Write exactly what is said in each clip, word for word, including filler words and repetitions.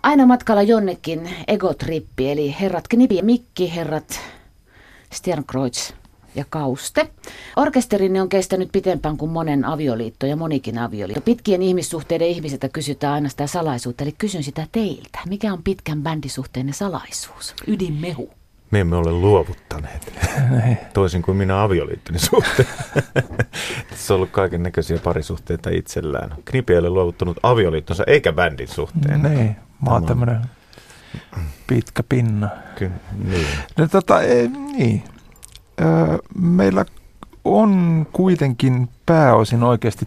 Aina matkalla jonnekin egotrippi, eli herrat Knipi ja Mikki, herrat Sternkreutz ja Kauste. Orkesterinne on kestänyt pitempään kuin monen avioliitto ja monikin avioliitto. Pitkien ihmissuhteiden ihmisiltä kysytään aina sitä salaisuutta, eli kysyn sitä teiltä. Mikä on pitkän bändisuhteenne salaisuus? Ydinmehu. Me emme ole luovuttaneet, toisin kuin minä avioliittoni suhteen. Tässä on ollut kaiken näköisiä parisuhteita itsellään. Knipi ei ole luovuttanut avioliittonsa eikä bändin suhteen. Niin, mä oon tämmönen pitkä pinna. Kyllä, niin. No, tota, ei, niin. Öö, meillä on kuitenkin pääosin oikeasti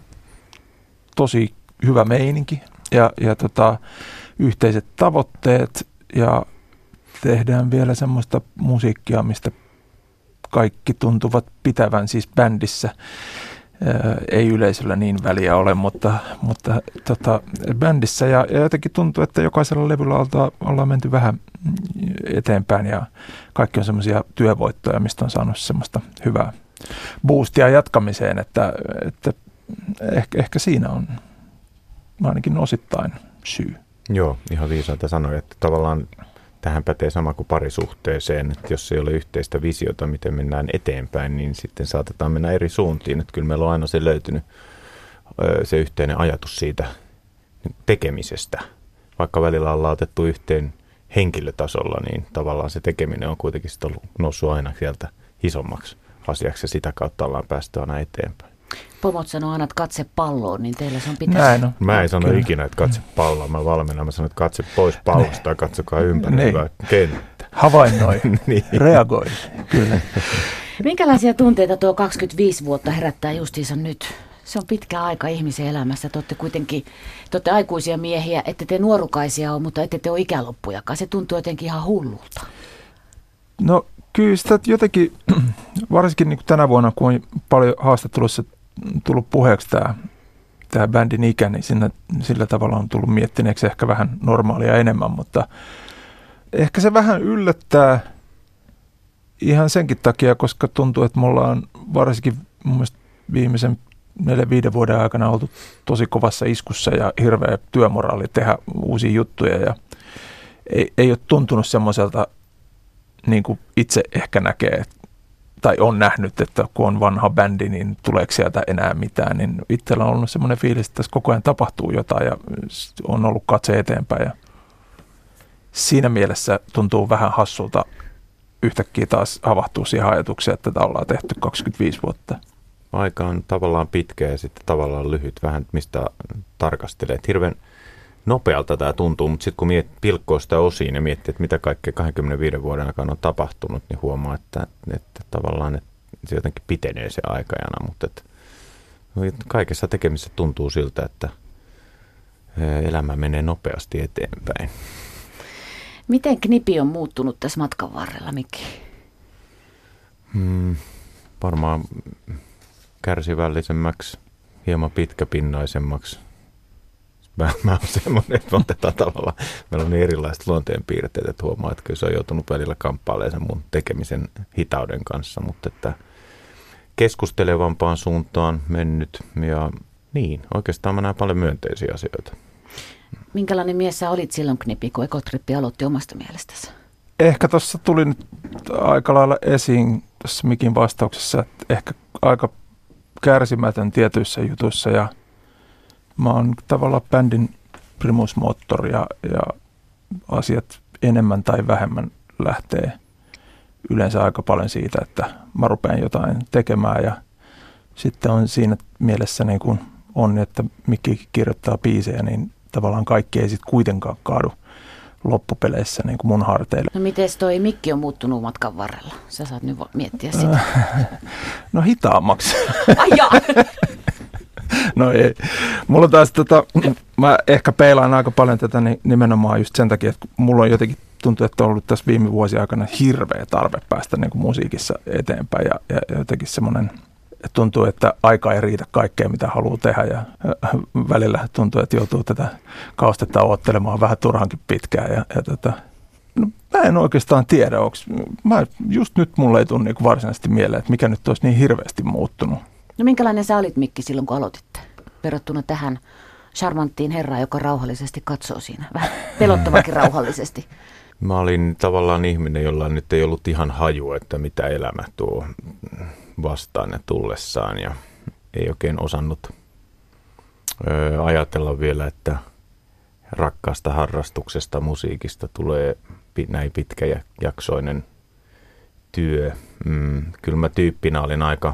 tosi hyvä meininki ja, ja tota, yhteiset tavoitteet ja tehdään vielä semmoista musiikkia, mistä kaikki tuntuvat pitävän siis bändissä. Ää, ei yleisöllä niin väliä ole, mutta, mutta tota, bändissä ja, ja jotenkin tuntuu, että jokaisella levyllä olta, ollaan menty vähän eteenpäin ja kaikki on semmoisia työvoittoja, mistä on saanut semmoista hyvää boostia jatkamiseen, että, että ehkä, ehkä siinä on ainakin osittain syy. Joo, ihan viisaita sanoja, että tavallaan tähän pätee sama kuin parisuhteeseen, että jos ei ole yhteistä visiota, miten mennään eteenpäin, niin sitten saatetaan mennä eri suuntiin. Että kyllä meillä on aina se löytynyt se yhteinen ajatus siitä tekemisestä. Vaikka välillä ollaan otettu yhteen henkilötasolla, niin tavallaan se tekeminen on kuitenkin sitten noussut aina sieltä isommaksi asiaksi ja sitä kautta ollaan päästy aina eteenpäin. Pomot sanoo aina, että katse palloon, niin teillä se on pitäisi. Näin on. Mä en sano ikinä, että katse palloon. Mä valmennan, mä sanon, että katse pois pallosta ja katsokaa ympäröivää kenttä. Havainnoi, niin. Reagoi, kyllä. Minkälaisia tunteita tuo kaksikymmentäviisi vuotta herättää justiinsa nyt? Se on pitkä aika ihmisen elämässä. Te olette kuitenkin, te olette aikuisia miehiä, ette te nuorukaisia ole, mutta ette te ole ikäloppujakaan. Se tuntuu jotenkin ihan hullulta. No kyllä sitä jotenkin, varsinkin niin kuin tänä vuonna, kun on paljon haastattelussa tullut puheeksi tämä, tämä bändin ikä, niin siinä, sillä tavalla on tullut miettineeksi ehkä vähän normaalia enemmän, mutta ehkä se vähän yllättää ihan senkin takia, koska tuntuu, että me ollaan varsinkin mun mielestä viimeisen neljän viiden vuoden aikana oltu tosi kovassa iskussa ja hirveä työmoraali tehdä uusia juttuja ja ei, ei ole tuntunut semmoiselta, niin kuin itse ehkä näkee, tai on nähnyt, että kun on vanha bändi, niin tuleeko sieltä enää mitään, niin itsellä on ollut semmoinen fiilis, että tässä koko ajan tapahtuu jotain ja on ollut katse eteenpäin ja siinä mielessä tuntuu vähän hassulta yhtäkkiä taas havahtuu siihen ajatukseen, että tätä ollaan tehty kaksikymmentäviisi vuotta. Aika on tavallaan pitkä ja sitten tavallaan lyhyt, vähän mistä tarkastelee. Hirveän nopealta tämä tuntuu, mutta sitten kun miet, pilkkoo sitä osiin ja miettii, että mitä kaikkea kaksikymmentäviiden vuoden aikana on tapahtunut, niin huomaa, että, että tavallaan että se jotenkin pitenee se aikajana, mutta että kaikessa tekemisessä tuntuu siltä, että elämä menee nopeasti eteenpäin. Miten Knipi on muuttunut tässä matkan varrella, Mikki? Hmm, varmaan kärsivällisemmäksi, hieman pitkäpinnaisemmaksi. Mä, mä oon semmoinen, että me otetaan tavallaan, meillä on niin erilaiset luonteenpiirteet, että huomaa, että kyllä se on joutunut välillä kamppailemaan sen mun tekemisen hitauden kanssa, mutta että keskustelevampaan suuntaan mennyt ja niin, oikeastaan mä näen paljon myönteisiä asioita. Minkälainen mies sä olit silloin, Knipi, kun Egotrippi aloitti omasta mielestäsi? Ehkä tuossa tuli nyt aika lailla esiin tuossa Mikin vastauksessa, että ehkä aika kärsimätön tietyissä jutuissa ja mä oon tavallaan bändin primusmoottori ja, ja asiat enemmän tai vähemmän lähtee yleensä aika paljon siitä, että mä rupean jotain tekemään ja sitten on siinä mielessä niin kuin on, että Mikki kirjoittaa biisejä, niin tavallaan kaikki ei sitten kuitenkaan kaadu loppupeleissä niin kuin mun harteille. No miten toi Mikki on muuttunut matkan varrella? Sä saat nyt miettiä sitä. No hitaammaksi. Ai jaa. No ei. Mulla taas tota, mä ehkä peilaan aika paljon tätä nimenomaan just sen takia, että mulla on jotenkin tuntuu, että on ollut tässä viime vuosien aikana hirveä tarve päästä niin kuin musiikissa eteenpäin ja, ja jotenkin semmoinen, että tuntuu, että aika ei riitä kaikkea, mitä haluaa tehdä ja välillä tuntuu, että joutuu tätä kaustetta odottelemaan vähän turhankin pitkään ja, ja tota, no, mä en oikeastaan tiedä, onks, mä, just nyt mulle ei tule niin kuin varsinaisesti mieleen, että mikä nyt olisi niin hirveästi muuttunut. No minkälainen sä olit, Mikki, silloin kun aloititte verrattuna tähän charmanttiin herraan, joka rauhallisesti katsoo siinä, vähän pelottavakin rauhallisesti? Mä olin tavallaan ihminen, jolla nyt ei ollut ihan haju, että mitä elämä tuo vastaan ja tullessaan. Ja ei oikein osannut ö, ajatella vielä, että rakkaasta harrastuksesta, musiikista tulee näin pitkäjaksoinen työ. Mm, kyllä mä tyyppinä olin aika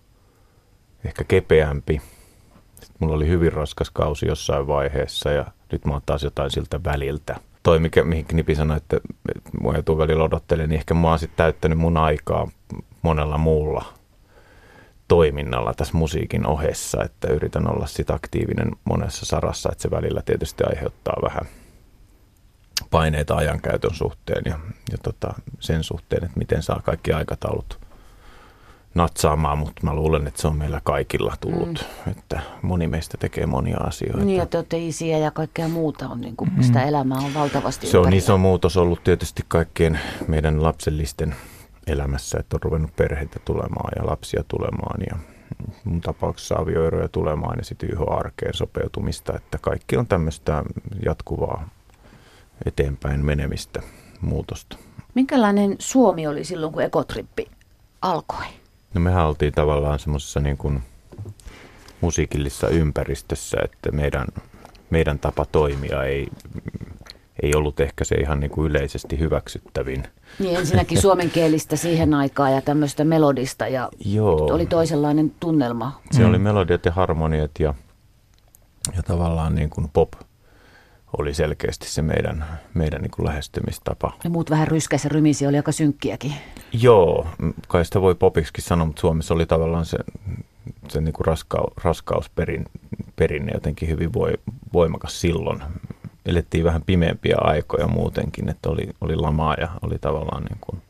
ehkä kepeämpi. Sitten mulla oli hyvin raskas kausi jossain vaiheessa ja nyt mä oon taas jotain siltä väliltä. Toi, mikä, mihin Knipi sanoi, että mua joutuu välillä odottelemaan, niin ehkä mä oon sitten täyttänyt mun aikaa monella muulla toiminnalla tässä musiikin ohessa, että yritän olla sitten aktiivinen monessa sarassa, että se välillä tietysti aiheuttaa vähän paineita ajankäytön suhteen ja, ja tota, sen suhteen, että miten saa kaikki aikataulut natsaamaan, mutta mä luulen, että se on meillä kaikilla tullut, mm. että moni meistä tekee monia asioita. Niin, ja te olette isiä ja kaikkea muuta on, niin kuin mm. sitä elämää on valtavasti Se ympärillä. on iso muutos ollut tietysti kaikkien meidän lapsellisten elämässä, että on ruvennut perheitä tulemaan ja lapsia tulemaan ja mun tapauksessa avioeroja tulemaan ja sitten yh-arkeen sopeutumista, että kaikki on tämmöistä jatkuvaa eteenpäin menemistä, muutosta. Minkälainen Suomi oli silloin, kun Egotrippi alkoi? No mehän oltiin tavallaan semmoisessa niin kuin musiikillisessa ympäristössä, että meidän, meidän tapa toimia ei, ei ollut ehkä se ihan niin kuin yleisesti hyväksyttävin. Niin ensinnäkin suomenkielistä siihen aikaan ja tämmöistä melodista ja Joo. oli toisenlainen tunnelma. Se Mm. oli melodiat ja harmoniat ja, ja tavallaan niin kuin pop oli selkeästi se meidän, meidän niin kuin lähestymistapa. Ja muut vähän ryskäs ja rymisi, oli aika synkkiäkin. Joo, kai sitä voi popiksi sanoa, mutta Suomessa oli tavallaan se, se niin kuin raska, raskausperinne jotenkin hyvin voimakas silloin. Elettiin vähän pimeämpiä aikoja muutenkin, että oli, oli lamaa ja oli tavallaan niin kuin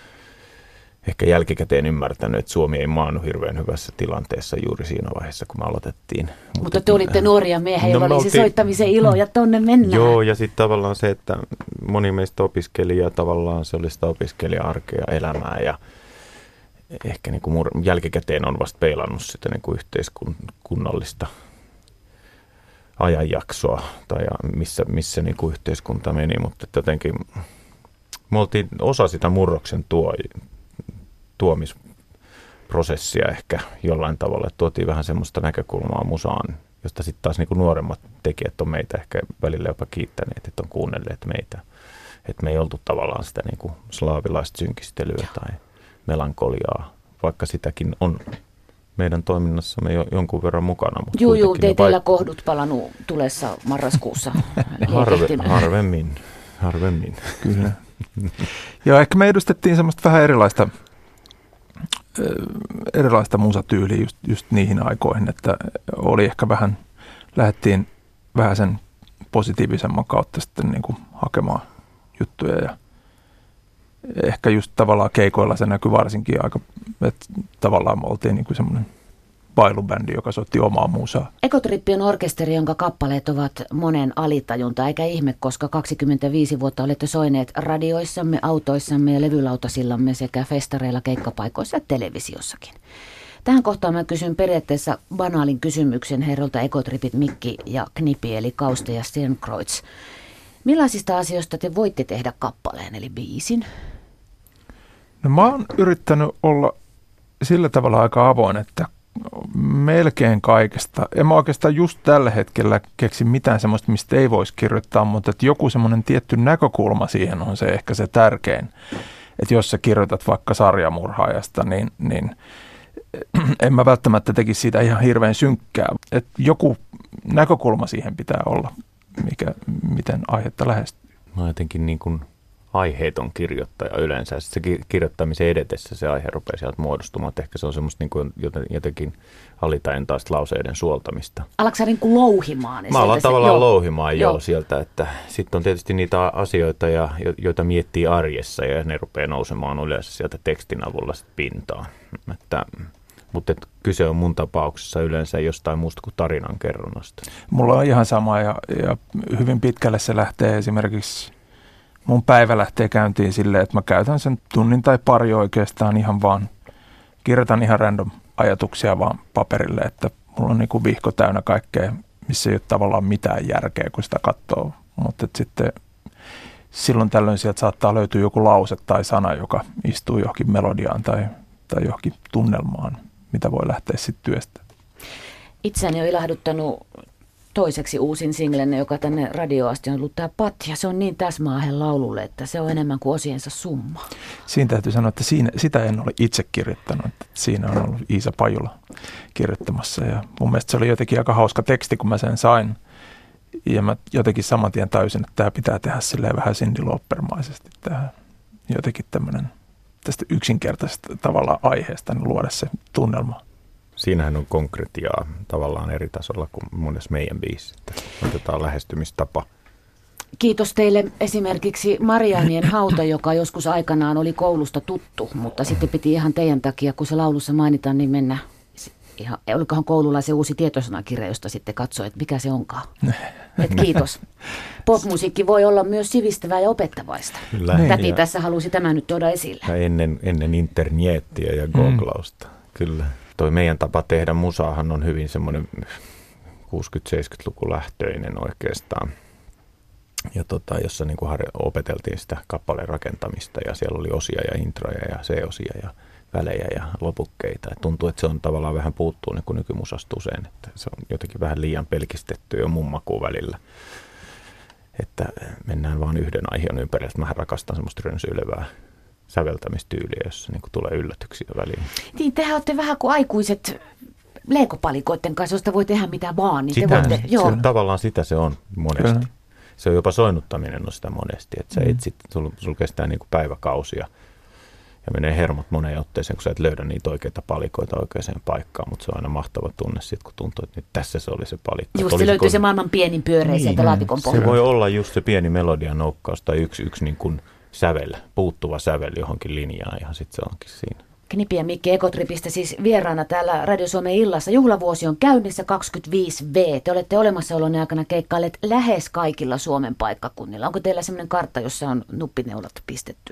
ehkä jälkikäteen ymmärtänyt, että Suomi ei maannut hirveän hyvässä tilanteessa juuri siinä vaiheessa, kun me aloitettiin. Mutta te olitte nuoria miehiä, joilla no, oli se oltiin, soittamisen ilo ja tonne mennään. Joo, ja sitten tavallaan se, että moni meistä opiskeli ja tavallaan se oli sitä opiskelija-arkea elämää ja ehkä niin kuin mur- jälkikäteen on vasta peilannut sitä niin kuin yhteiskunnallista ajanjaksoa tai missä, missä niin kuin yhteiskunta meni, mutta jotenkin me oltiin osa sitä murroksen tuo, tuomisprosessia ehkä jollain tavalla, että tuotiin vähän semmoista näkökulmaa musaan, josta sitten taas niin kuin nuoremmat tekijät on meitä ehkä välillä jopa kiittäneet, että on kuunnelleet meitä, että me ei oltu tavallaan sitä niin kuin slaavilaista synkistelyä tai melankoliaa, vaikka sitäkin on meidän toiminnassamme jo, jonkun verran mukana. Juu, juu, te teillä vaik- kohdut palanut tulessa marraskuussa. Harve, harvemmin, harvemmin. Kyllä. Joo, ehkä me edustettiin semmoista vähän erilaista, erilaista musatyyliä just, just niihin aikoihin, että oli ehkä vähän, lähdettiin vähän sen positiivisemman kautta sitten niin kuin hakemaan juttuja ja ehkä just tavallaan keikoilla se näkyi varsinkin aika, että tavallaan me oltiin niin kuin semmoinen bailubändi, joka soitti omaa musaa. Egotrippi on orkesteri, jonka kappaleet ovat monen alitajunta, eikä ihme, koska kaksikymmentäviisi vuotta olette soineet radioissamme, autoissamme ja levylautasillamme sekä festareilla, keikkapaikoissa ja televisiossakin. Tähän kohtaan mä kysyn periaatteessa banaalin kysymyksen herrolta Egotripit Mikki ja Knipi, eli Kauste ja Stjernkreutz. Millaisista asioista te voitte tehdä kappaleen, eli biisin? No mä oon yrittänyt olla sillä tavalla aika avoin, että melkein kaikesta. En mä oikeastaan just tällä hetkellä keksi mitään semmoista, mistä ei voisi kirjoittaa, mutta että joku semmoinen tietty näkökulma siihen on se ehkä se tärkein. Että jos sä kirjoitat vaikka sarjamurhaajasta, niin, niin en mä välttämättä tekisi siitä ihan hirveän synkkää. Että joku näkökulma siihen pitää olla, mikä, miten aihetta lähestyy. Mä oon jotenkin niin kuin aiheeton kirjoittaja yleensä. Sitten se kirjoittamisen edetessä se aihe rupeaa sieltä muodostumaan. Että ehkä se on semmoista niin kuin jotenkin alitajuntaista lauseiden suoltamista. Alatko sä niin kuin louhimaan? Mä alan tavallaan joo. louhimaan joo, joo sieltä. Että sitten on tietysti niitä asioita, ja, joita miettii arjessa ja ne rupeaa nousemaan yleensä sieltä tekstin avulla sit pintaan. Että, mutta et kyse on mun tapauksessa yleensä jostain muusta kuin tarinan kerronnasta. Mulla on ihan sama ja, ja hyvin pitkälle se lähtee esimerkiksi, mun päivä lähtee käyntiin silleen, että mä käytän sen tunnin tai pari oikeastaan ihan vaan, kirjoitan ihan random ajatuksia vaan paperille, että mulla on niin kuin vihko täynnä kaikkea, missä ei ole tavallaan mitään järkeä, kun sitä katsoo. Mutta sitten silloin tällöin sieltä saattaa löytyä joku lause tai sana, joka istuu johonkin melodiaan tai, tai johonkin tunnelmaan, mitä voi lähteä sitten työstä. Itseäni on ilahduttanut toiseksi uusin singlenne, joka tänne radioon asti on ollut tämä Patja. Se on niin täsmäahen laululle, että se on enemmän kuin osiensa summa. Siinä täytyy sanoa, että siinä, sitä en ole itse kirjoittanut. Että siinä on ollut Iisa Pajula kirjoittamassa. Ja mun mielestä se oli jotenkin aika hauska teksti, kun mä sen sain. Ja mä jotenkin saman tien täysin, että tämä pitää tehdä silleen vähän Cyndi Lauper-maisesti. Tämä jotenkin tämmöinen tästä yksinkertaisesta tavallaan aiheesta niin luoda se tunnelma. Siinähän on konkretiaa tavallaan eri tasolla kuin monessa meidän biisissä. Otetaan lähestymistapa. Kiitos teille esimerkiksi Marianien hauta, joka joskus aikanaan oli koulusta tuttu, mutta sitten piti ihan teidän takia, kun se laulussa mainitaan, niin mennä. Ihan, olikohan koululla se uusi tietosanakirja, josta sitten katsoo, että mikä se onkaan. Et kiitos. Popmusiikki voi olla myös sivistävää ja opettavaista. Kyllä. Täti Ja, tässä halusi tämän nyt tuoda esille. ja ennen, ennen internettiä ja googlausta. Mm. Kyllä. Toi meidän tapa tehdä musaahan on hyvin semmoinen kuusikymmentä-seitsemänkymmentäluku lähtöinen oikeastaan. Ja tota, jossa niin kuin opeteltiin sitä kappaleen rakentamista ja siellä oli osia ja introja ja C-osia ja välejä ja lopukkeita. Et tuntuu, että se on tavallaan vähän puuttuu niin kuin nykymusasta usein. Että se on jotenkin vähän liian pelkistetty jo mun makuun välillä. Että mennään vaan yhden aiheen ympärillä. Mä rakastan semmoista rönsyilevää säveltämistyyliä, jossa niin kuin tulee yllätyksiä väliin. Niin, tehän olette vähän kuin aikuiset leikopalikoiden kanssa, josta voi tehdä mitä vaan. Niin sitä, te voitte, joo. Se, tavallaan sitä se on monesti. Kyllä. Se on jopa soinnuttaminen on sitä monesti. Että sä Mm. etsit, sul, sul kestää niin kuin päiväkausia ja menee hermot moneen otteeseen, kun sä et löydä niitä oikeita palikoita oikeaan paikkaan. Mutta se on aina mahtava tunne sit, kun tuntuu, että nyt tässä se oli se palikka. Just se löytyy se maailman pienin pyöreä niin, sieltä laatikon pohjalta. Se voi olla just se pieni melodian noukkaus tai yksi, yksi niin kuin sävel, puuttuva sävel johonkin linjaan ja sitten se onkin siinä. Knipi ja Mikki Ekotripistä siis vieraana täällä Radio Suomen illassa. Juhlavuosi on käynnissä kaksikymmentäviisi vuotta. Te olette olemassaolonne aikana keikkailleet lähes kaikilla Suomen paikkakunnilla. Onko teillä sellainen kartta, jossa on nuppineulat pistetty?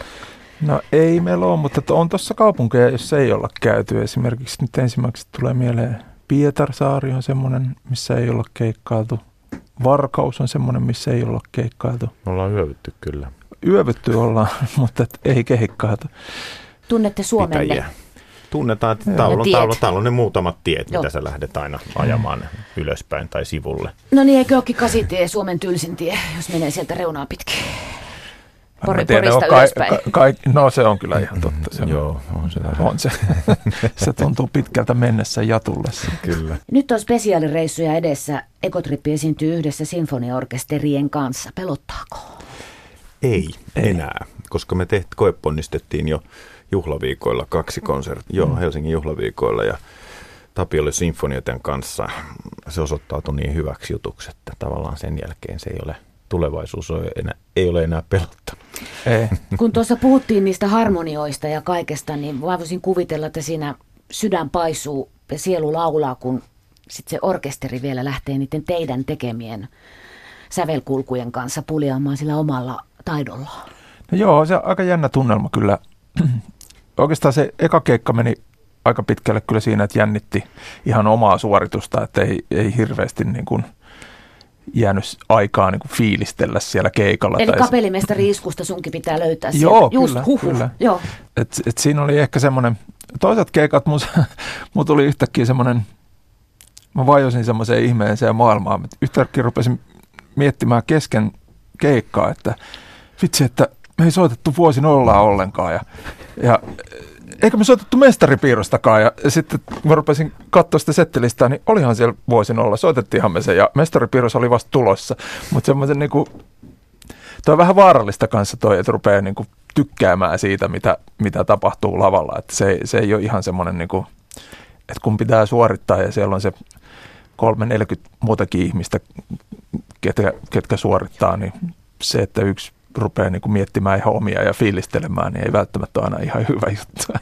No ei meillä ole, mutta on tuossa kaupunkeja, jossa ei olla käyty. Esimerkiksi nyt ensimmäiseksi tulee mieleen Pietarsaari on semmoinen, missä ei olla keikkailtu. Varkaus on semmoinen, missä ei olla keikkailtu. Me ollaan yövytty kyllä. Yövytty ollaan, mutta et ei keikkailtu. Tunnette Suomelle? Pitäjiä. Tunnetaan, että täällä on, täällä, täällä on ne muutamat tiet, Joo. mitä sä lähdet aina ajamaan ylöspäin tai sivulle. No niin, eikö olekin Kasitie, Suomen tylsin tie, jos menee sieltä reunaa pitkin? Pori, tiedä, porista ka- ylöspäin. Ka- ka- no se on kyllä ihan totta. Se on, Joo, on se. On se. Se tuntuu pitkältä mennessä jatulle. Kyllä. Nyt on spesiaalireissuja edessä. Ekotrippi esiintyy yhdessä sinfoniaorkesterien kanssa. Pelottaako? Ei, Ei enää, koska me teht, koeponnistettiin jo juhlaviikoilla kaksi konserttia. Joo, Helsingin juhlaviikoilla ja Tapiolle Sinfonioiden kanssa. Se osoittautui niin hyväksi jutuksi, että tavallaan sen jälkeen se ei ole, tulevaisuus on enää, ei ole enää pelottanut. Ei. Kun tuossa puhuttiin niistä harmonioista ja kaikesta, niin voisin kuvitella, että siinä sydän paisuu ja sielu laulaa, kun sitten se orkesteri vielä lähtee niiden teidän tekemien sävelkulkujen kanssa puljaamaan sillä omalla taidollaan. No joo, se on aika jännä tunnelma kyllä. Oikeastaan se eka keikka meni aika pitkälle kyllä siinä, että jännitti ihan omaa suoritusta, että ei, ei hirveästi niin kuin jäänyt aikaa niin kuin fiilistellä siellä keikalla. Eli tai kapellimestari iskusta sunkin pitää löytää sieltä. Joo, Just, kyllä. Huhhuh. kyllä. Joo. Et, et siinä oli ehkä semmoinen, toisaalta keikat, mun, mun tuli yhtäkkiä semmoinen, mä vajosin semmoiseen ihmeeseen maailmaan, että yhtäkkiä rupesin miettimään kesken keikkaa, että vitsi, että me ei soitettu vuosi nollaa ollenkaan ja, ja eikä me soitettu mestaripiirrostakaan ja sitten mä rupesin katsoa sitä settilistaa, niin olihan siellä vuosi nolla, soitettiinhan me se ja mestaripiirros oli vasta tulossa, mutta semmoisen niinku, toi on vähän vaarallista kanssa toi, että rupeaa niinku tykkäämään siitä, mitä, mitä tapahtuu lavalla, että se, se ei ole ihan semmoinen niinku, että kun pitää suorittaa ja siellä on se kolme neljäkymmentä muutakin ihmistä, ketkä, ketkä suorittaa, niin se, että yksi rupeaa niin kuin miettimään ihan omia ja fiilistelemään, niin ei välttämättä ole aina ihan hyvä juttu.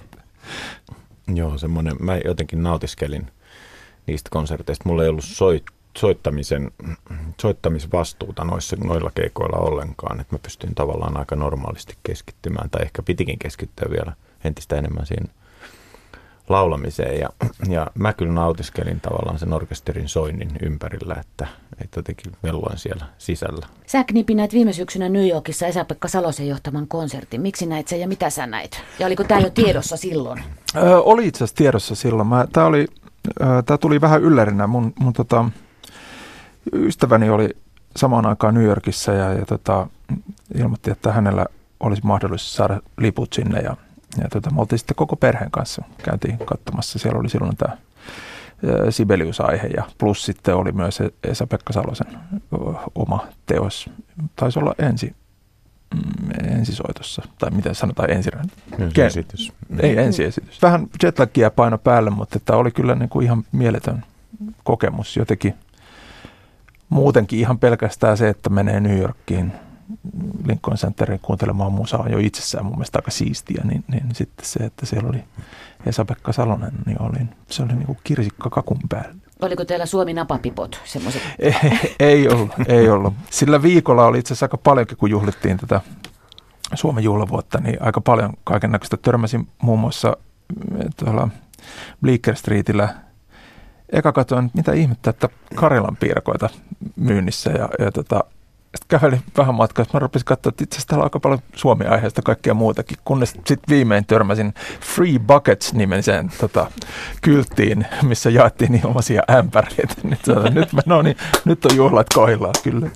Joo, semmoinen, mä jotenkin nautiskelin niistä konserteista. Mulla ei ollut soit, soittamisen, soittamisvastuuta noissa, noilla keikoilla ollenkaan, että mä pystyin tavallaan aika normaalisti keskittymään, tai ehkä pitikin keskittyä vielä entistä enemmän siinä laulamiseen. Ja, ja mä kyllä nautiskelin tavallaan sen orkesterin soinnin ympärillä, että, että jotenkin velloin siellä sisällä. Sä Knipi näit viime syksynä New Yorkissa Esa-Pekka Salosen johtaman konsertin. Miksi näit sen ja mitä sä näit? Ja oliko tää jo tiedossa silloin? Ö, oli itse asiassa tiedossa silloin. Mä, tää, oli, ö, tää tuli vähän yllärinä. Mun, mun tota, ystäväni oli samaan aikaan New Yorkissa ja, ja tota, ilmoitti, että hänellä olisi mahdollisuus saada liput sinne. Ja, ja tota, me oltiin sitten koko perheen kanssa. Käytiin katsomassa. Siellä oli silloin tämä Sibelius-aihe ja plus sitten oli myös Esa-Pekka Salosen oma teos. Taisi olla ensi, ensisoitossa, tai miten sanotaan ensi... Ensiesitys. Ei ensiesitys. Vähän jetlagia paino päälle, mutta tämä oli kyllä niin kuin ihan mieletön kokemus. Jotenkin muutenkin ihan pelkästään se, että menee New Yorkiin Lincoln Centeriin kuuntelemaan musaa on jo itsessään mun mielestä aika siistiä, niin, niin sitten se, että siellä oli Esa-Pekka Salonen, niin oli, se oli niin kuin kirsikka kakun päällä. Oliko teillä Suomi-napapipot semmoiset? Ei, ei ollut, ei ollut. Sillä viikolla oli itse asiassa aika paljonkin, kun juhlittiin tätä Suomen juhlavuotta, niin aika paljon kaikennäköistä. Törmäsin muun muassa tuolla Bleecker Streetillä. Eka katsoin, mitä ihmettä, että Karjalan piirakoita myynnissä ja, ja tota, sitten kävelin vähän matkaa, mä rupesin katsoa, että itse asiassa täällä on aika paljon Suomi-aiheesta kaikkea muutakin, kunnes sitten viimein törmäsin Free Buckets-nimiseen tota, kylttiin, missä jaettiin ilmaisia ämpäreitä. Nyt, tota, nyt, no niin, nyt on juhlat kohdillaan, kyllä.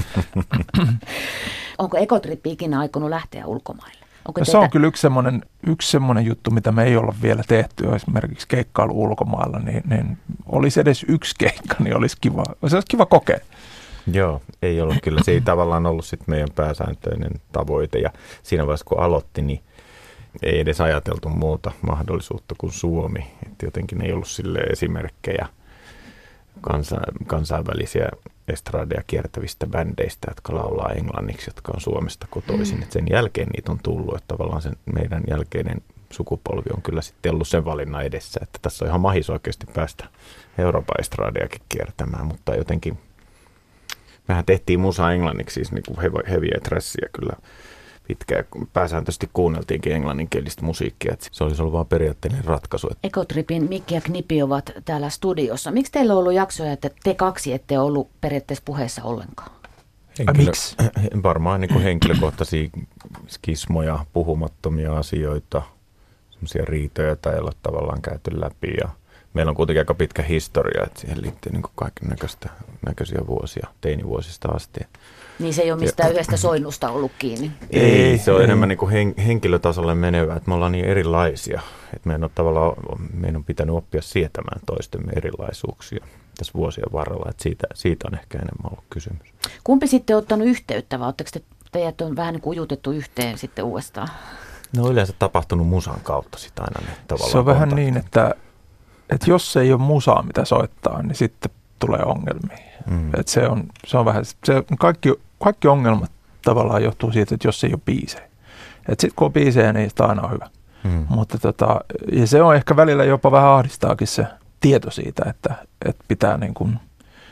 Onko Ekotrippi ikinä aikonut lähteä ulkomaille? No, se on kyllä yksi semmoinen, yksi semmoinen juttu, mitä me ei olla vielä tehty, esimerkiksi keikkailu ulkomailla, niin, niin olisi edes yksi keikka, niin olisi kiva, se olisi kiva kokea. Joo, ei ollut kyllä. Se ei tavallaan ollut sit meidän pääsääntöinen tavoite ja siinä vaiheessa kun aloitti, niin ei edes ajateltu muuta mahdollisuutta kuin Suomi. Et jotenkin ei ollut sille esimerkkejä kansa, kansainvälisiä estradeja kiertävistä bändeistä, jotka laulaa englanniksi, jotka on Suomesta kotoisin. Et sen jälkeen niitä on tullut, että tavallaan sen meidän jälkeinen sukupolvi on kyllä sitten ollut sen valinnan edessä, että tässä on ihan mahis oikeasti päästä Euroopan estradeakin kiertämään, mutta jotenkin mehän tehtiin musaa englanniksi, siis niin kuin heviä trassia kyllä pitkään. Pääsääntöisesti kuunneltiinkin englanninkielistä musiikkia, että se olisi ollut vain periaatteellinen ratkaisu. Ekotripin Mikki ja Knipi ovat täällä studiossa. Miksi teillä on ollut jaksoja, että te kaksi ette ollut periaatteessa puheessa ollenkaan? Henkilö, miksi? Varmaan niin kuin henkilökohtaisia skismoja, puhumattomia asioita, semmoisia riitoja, joita ei ole tavallaan käyty läpi ja meillä on kuitenkin aika pitkä historia, että siihen liittyy niin kaiken näköistä, näköisiä vuosia, teinivuosista asti. Niin se ei ole mistään ja, yhdestä soinnusta ollut kiinni. Ei, se on ei. enemmän niin kuin hen, henkilötasolle menevää, että me ollaan niin erilaisia. Että meidän on tavallaan, meidän on pitänyt oppia sietämään toistemme erilaisuuksia tässä vuosien varrella. Että siitä, siitä on ehkä enemmän ollut kysymys. Kumpi sitten on ottanut yhteyttä, vai oletteko te, teidät on vähän niin kuin ujutettu yhteen sitten uudestaan? No on yleensä tapahtunut musan kautta sitä aina ne tavallaan. Se on vähän niin, että että jos ei ole musaa, mitä soittaa, niin sitten tulee ongelmia. Mm. Että se on, se on vähän, se, kaikki, kaikki ongelmat tavallaan johtuu siitä, että jos ei ole biisejä. Että sitten kun on biisejä, niin sitä aina on hyvä. Mm. Mutta tota, ja se on ehkä välillä jopa vähän ahdistaakin se tieto siitä, että, että pitää niin kuin,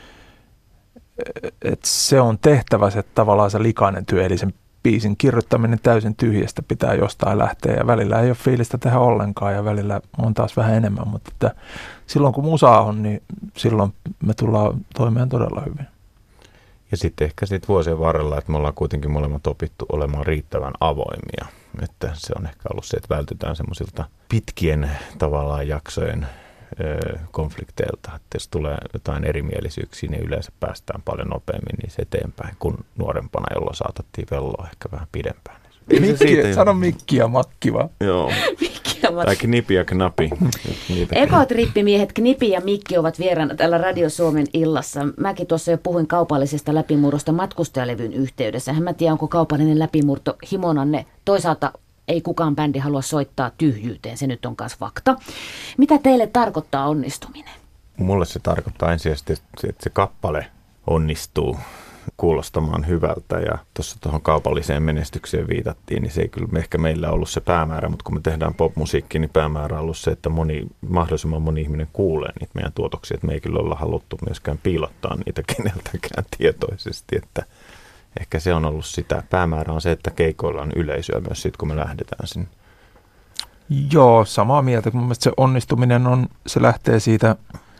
että se on tehtävä se tavallaan se likainen työ, eli sen biisin kirjoittaminen täysin tyhjästä pitää jostain lähteä ja välillä ei ole fiilistä tehdä ollenkaan ja välillä on taas vähän enemmän, mutta että silloin kun musaa on, niin silloin me tullaan toimeen todella hyvin. Ja sitten ehkä sitten vuosien varrella, että me ollaan kuitenkin molemmat opittu olemaan riittävän avoimia, että se on ehkä ollut se, että vältytään semmoisilta pitkien tavallaan jaksojen konflikteilta, että jos tulee jotain erimielisyyksiä, niin yleensä päästään paljon nopeammin niissä eteenpäin kuin nuorempana, jolloin saatettiin velloa ehkä vähän pidempään. Mikki, sano Mikki ja Makki vaan. Joo. Mikki ja Makki. Tai Knipi ja Knapi. Ekotrippimiehet Knipi ja Mikki ovat vieraana täällä Radio Suomen illassa. Mäkin tuossa jo puhuin kaupallisesta läpimurrosta matkustajalevyn yhteydessä. En mä tiedä, onko kaupallinen läpimurto himonanne. Toisaalta ei kukaan bändi halua soittaa tyhjyyteen, se nyt on myös fakta. Mitä teille tarkoittaa onnistuminen? Mulle se tarkoittaa ensisijaisesti, että se kappale onnistuu kuulostamaan hyvältä ja tuossa tuohon kaupalliseen menestykseen viitattiin, niin se ei kyllä ehkä meillä ollut se päämäärä, mutta kun me tehdään popmusiikkia, niin päämäärä on ollut se, että moni, mahdollisimman moni ihminen kuulee niitä meidän tuotoksia, että me ei kyllä olla haluttu myöskään piilottaa niitä keneltäkään tietoisesti, että ehkä se on ollut sitä. Päämäärä on se, että keikoilla on yleisöä myös sitten, kun me lähdetään sinne. Joo, samaa mieltä. Mun mielestä se onnistuminen on, se lähtee siitä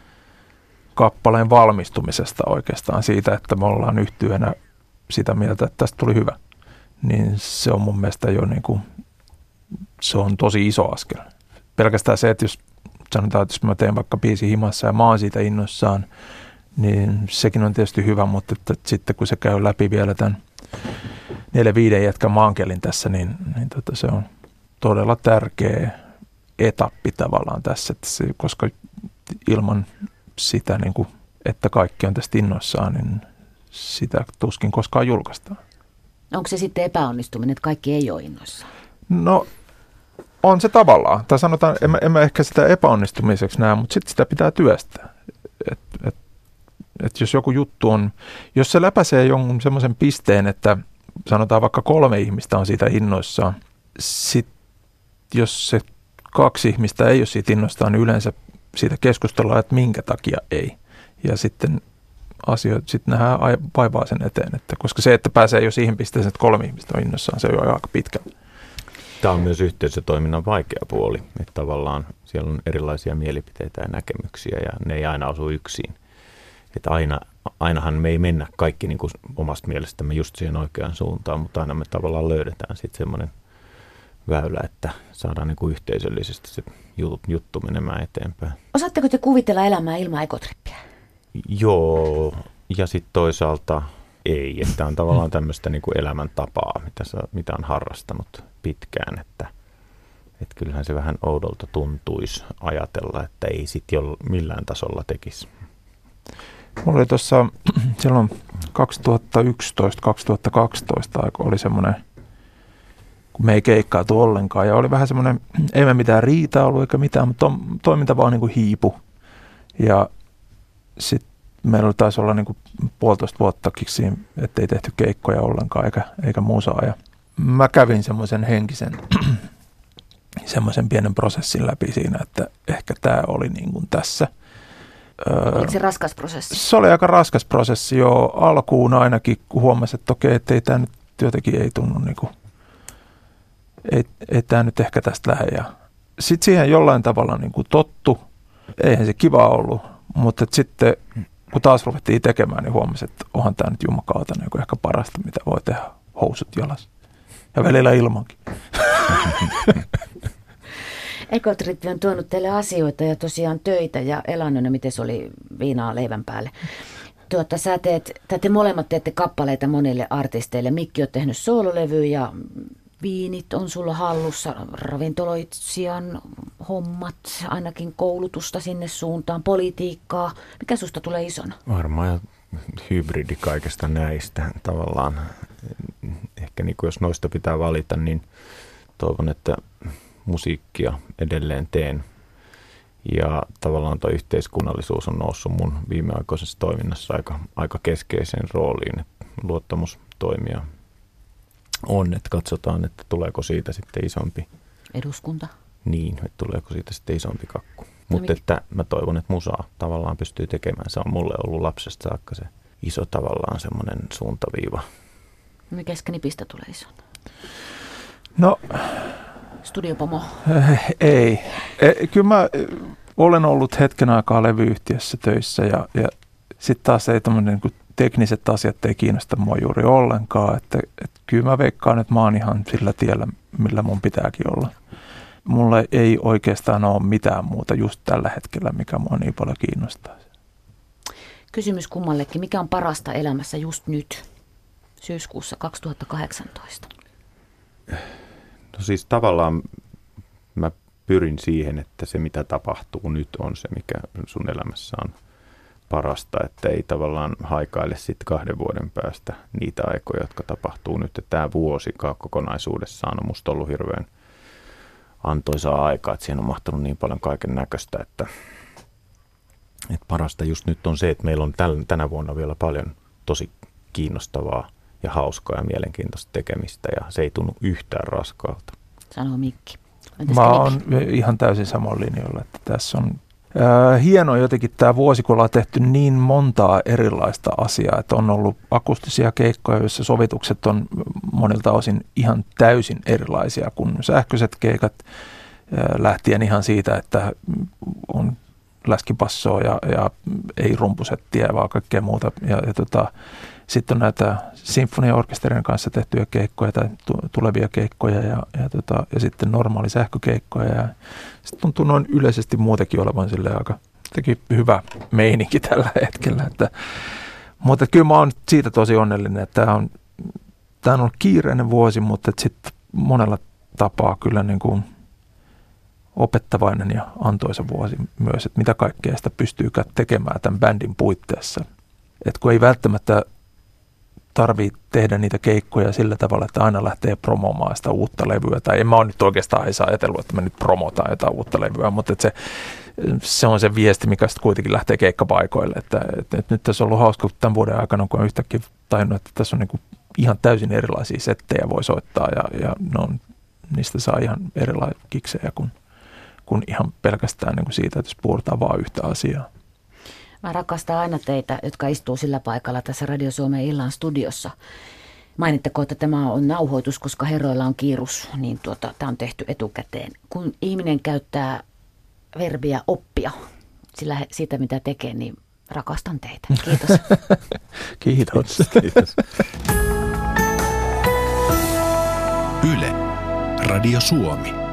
kappaleen valmistumisesta oikeastaan, siitä, että me ollaan yhtyenä sitä mieltä, että tästä tuli hyvä. Niin se on mun mielestä jo niin kuin, se on tosi iso askel. Pelkästään se, että jos sanotaan, että jos mä teen vaikka biisi himassa ja mä oon siitä innoissaan, niin sekin on tietysti hyvä, mutta että sitten kun se käy läpi vielä tämän neljä viiden jätkän maankelin tässä, niin, niin tota se on todella tärkeä etappi tavallaan tässä, että se, koska ilman sitä, niin kuin, että kaikki on tästä innoissaan, niin sitä tuskin koskaan julkaistaan. Onko se sitten epäonnistuminen, että kaikki ei ole innoissaan? No on se tavallaan. Tai sanotaan, en mä, en mä ehkä sitä epäonnistumiseksi näe, mutta sitten sitä pitää työstää. Et, et, et jos joku juttu on, jos se läpäisee jonkun semmoisen pisteen, että sanotaan vaikka kolme ihmistä on siitä innoissaan, sitten jos se kaksi ihmistä ei ole siitä innoissaan, niin yleensä siitä keskustellaan, että minkä takia ei. Ja sitten asioita, sitten nähdään vaivaa sen eteen, että koska se, että pääsee jo siihen pisteeseen, että kolme ihmistä on innoissaan, se on jo aika pitkä. Tämä on myös yhteisötoiminnan vaikea puoli, että tavallaan siellä on erilaisia mielipiteitä ja näkemyksiä ja ne ei aina osu yksin. Että aina, ainahan me ei mennä kaikki niin kuin omasta mielestämme just siihen oikeaan suuntaan, mutta aina me tavallaan löydetään sitten semmoinen väylä, että saadaan niin kuin yhteisöllisesti se juttu menemään eteenpäin. Osaatteko te kuvitella elämää ilman ekotrippiä? Joo, ja sitten toisaalta ei, että on tavallaan tämmöistä niin kuin elämäntapaa, mitä, mitä on harrastanut pitkään, että, että kyllähän se vähän oudolta tuntuisi ajatella, että ei sitten jo millään tasolla tekisi. Mulla oli tuossa silloin kaksituhattayksitoista kaksituhattakaksitoista aika oli semmoinen, kun me ei keikkailtu ollenkaan ja oli vähän semmoinen, ei me mitään riitaa ollut eikä mitään, mutta to, toiminta vaan niin kuin hiipu ja sitten meillä taisi olla niin kuin puolitoista vuottakin siinä, ettei tehty keikkoja ollenkaan eikä, eikä musaa. Ja mä kävin semmoisen henkisen, semmoisen pienen prosessin läpi siinä, että ehkä tämä oli niin kuin tässä. Oliko se raskas prosessi? Se oli aika raskas prosessi jo alkuun ainakin, kun huomasi, että okei, että ei tämä nyt jotenkin ei tunnu, niin kuin, ei, ei tämä nyt ehkä tästä lähde. Ja sitten siihen jollain tavalla niin kuin tottu, eihän se kiva ollut, mutta sitten kun taas ruvettiin tekemään, niin huomasin, että onhan tämä nyt jumakaata niin ehkä parasta, mitä voi tehdä, housut jalas. Ja välillä ilmankin. Ekotrippi on tuonut teille asioita ja tosiaan töitä ja elannon, miten se oli viinaa leivän päälle. Tuota, sä teet, te molemmat teette kappaleita monille artisteille. Mikki on tehnyt soololevyä ja viinit on sulla hallussa, ravintoloitsijan hommat, ainakin koulutusta sinne suuntaan, politiikkaa. Mikä susta tulee isona? Varmaan hybridi kaikesta näistä tavallaan. Ehkä niin kuin jos noista pitää valita, niin toivon, että musiikkia edelleen teen. Ja tavallaan tuo yhteiskunnallisuus on noussut mun viimeaikaisessa toiminnassa aika, aika keskeiseen rooliin. Luottamustoimia on, että katsotaan, että tuleeko siitä sitten isompi. Eduskunta. Niin, että tuleeko siitä sitten isompi kakku. No mutta että mä toivon, että musaa tavallaan pystyy tekemään. Se on mulle ollut lapsesta saakka se iso tavallaan semmoinen suuntaviiva. Mikäs Knipistä tulee isona? No. Studiopomo. Äh, ei. E, kyllä mä olen ollut hetken aikaa levyyhtiössä töissä ja, ja sitten taas ei tämmöinen niin tekniset asiat ei kiinnosta mua juuri ollenkaan. Että, että kyllä mä veikkaan, että mä oon ihan sillä tiellä, millä mun pitääkin olla. Mulla ei oikeastaan ole mitään muuta just tällä hetkellä, mikä mua niin paljon kiinnostaa. Kysymys kummallekin. Mikä on parasta elämässä just nyt, syyskuussa kaksituhattakahdeksantoista? No siis tavallaan mä pyrin siihen, että se mitä tapahtuu nyt on se, mikä sun elämässä on parasta, että ei tavallaan haikaile sitten kahden vuoden päästä niitä aikoja, jotka tapahtuu nyt. Että tämä vuosi kokonaisuudessaan on musta ollut hirveän antoisaa aikaa, että siihen on mahtunut niin paljon kaiken näköistä, että, että parasta just nyt on se, että meillä on täl, tänä vuonna vielä paljon tosi kiinnostavaa ja hauskaa ja mielenkiintoista tekemistä ja se ei tunnu yhtään raskaalta. Sanoo Mikki. Entäs Mä oon ihan täysin samalla linjalla, että tässä on äh, hienoa jotenkin tämä vuosi, kun ollaan tehty niin montaa erilaista asiaa, että on ollut akustisia keikkoja, joissa sovitukset on monilta osin ihan täysin erilaisia kuin sähköiset keikat lähtien ihan siitä, että on läskipassoa ja, ja ei rumpusettiä, vaan kaikkea muuta. Ja, ja tota, sitten on näitä sinfoniaorkesterien kanssa tehtyjä keikkoja tai tulevia keikkoja ja, ja, tota, ja sitten normaali sähkökeikkoja. Ja sitten tuntuu noin yleisesti muutenkin olevan sille aika hyvä meininki tällä hetkellä. Että, mutta kyllä mä oon siitä tosi onnellinen, että tämä on, tämä on ollut kiireinen vuosi, mutta sitten monella tapaa kyllä niin kuin opettavainen ja antoisa vuosi myös, että mitä kaikkea sitä pystyy tekemään tämän bändin puitteissa. Että kun ei välttämättä tarvitse tehdä niitä keikkoja sillä tavalla, että aina lähtee promomaan sitä uutta levyä. Tai en mä ole nyt oikeastaan edes ajatellut, että me nyt promotaan jotain uutta levyä, mutta että se, se on se viesti, mikä sitten kuitenkin lähtee keikkapaikoille. Että, että, että nyt tässä on ollut hauska tämän vuoden aikana, kun on yhtäkkiä tajunnut, että tässä on niin kuin ihan täysin erilaisia settejä voi soittaa ja, ja no, niistä saa ihan erilaisia kiksejä kuin, kuin ihan pelkästään niin kuin siitä, että jos puhutaan vain yhtä asiaa. Mä rakastan aina teitä, jotka istuu sillä paikalla tässä Radio Suomen illan studiossa. Mainittakoon, että tämä on nauhoitus, koska herroilla on kiirus, niin tuota, tämä on tehty etukäteen. Kun ihminen käyttää verbiä oppia sillä siitä, mitä tekee, niin rakastan teitä. Kiitos. Kiitos. Kiitos. Yle, Radio Suomi.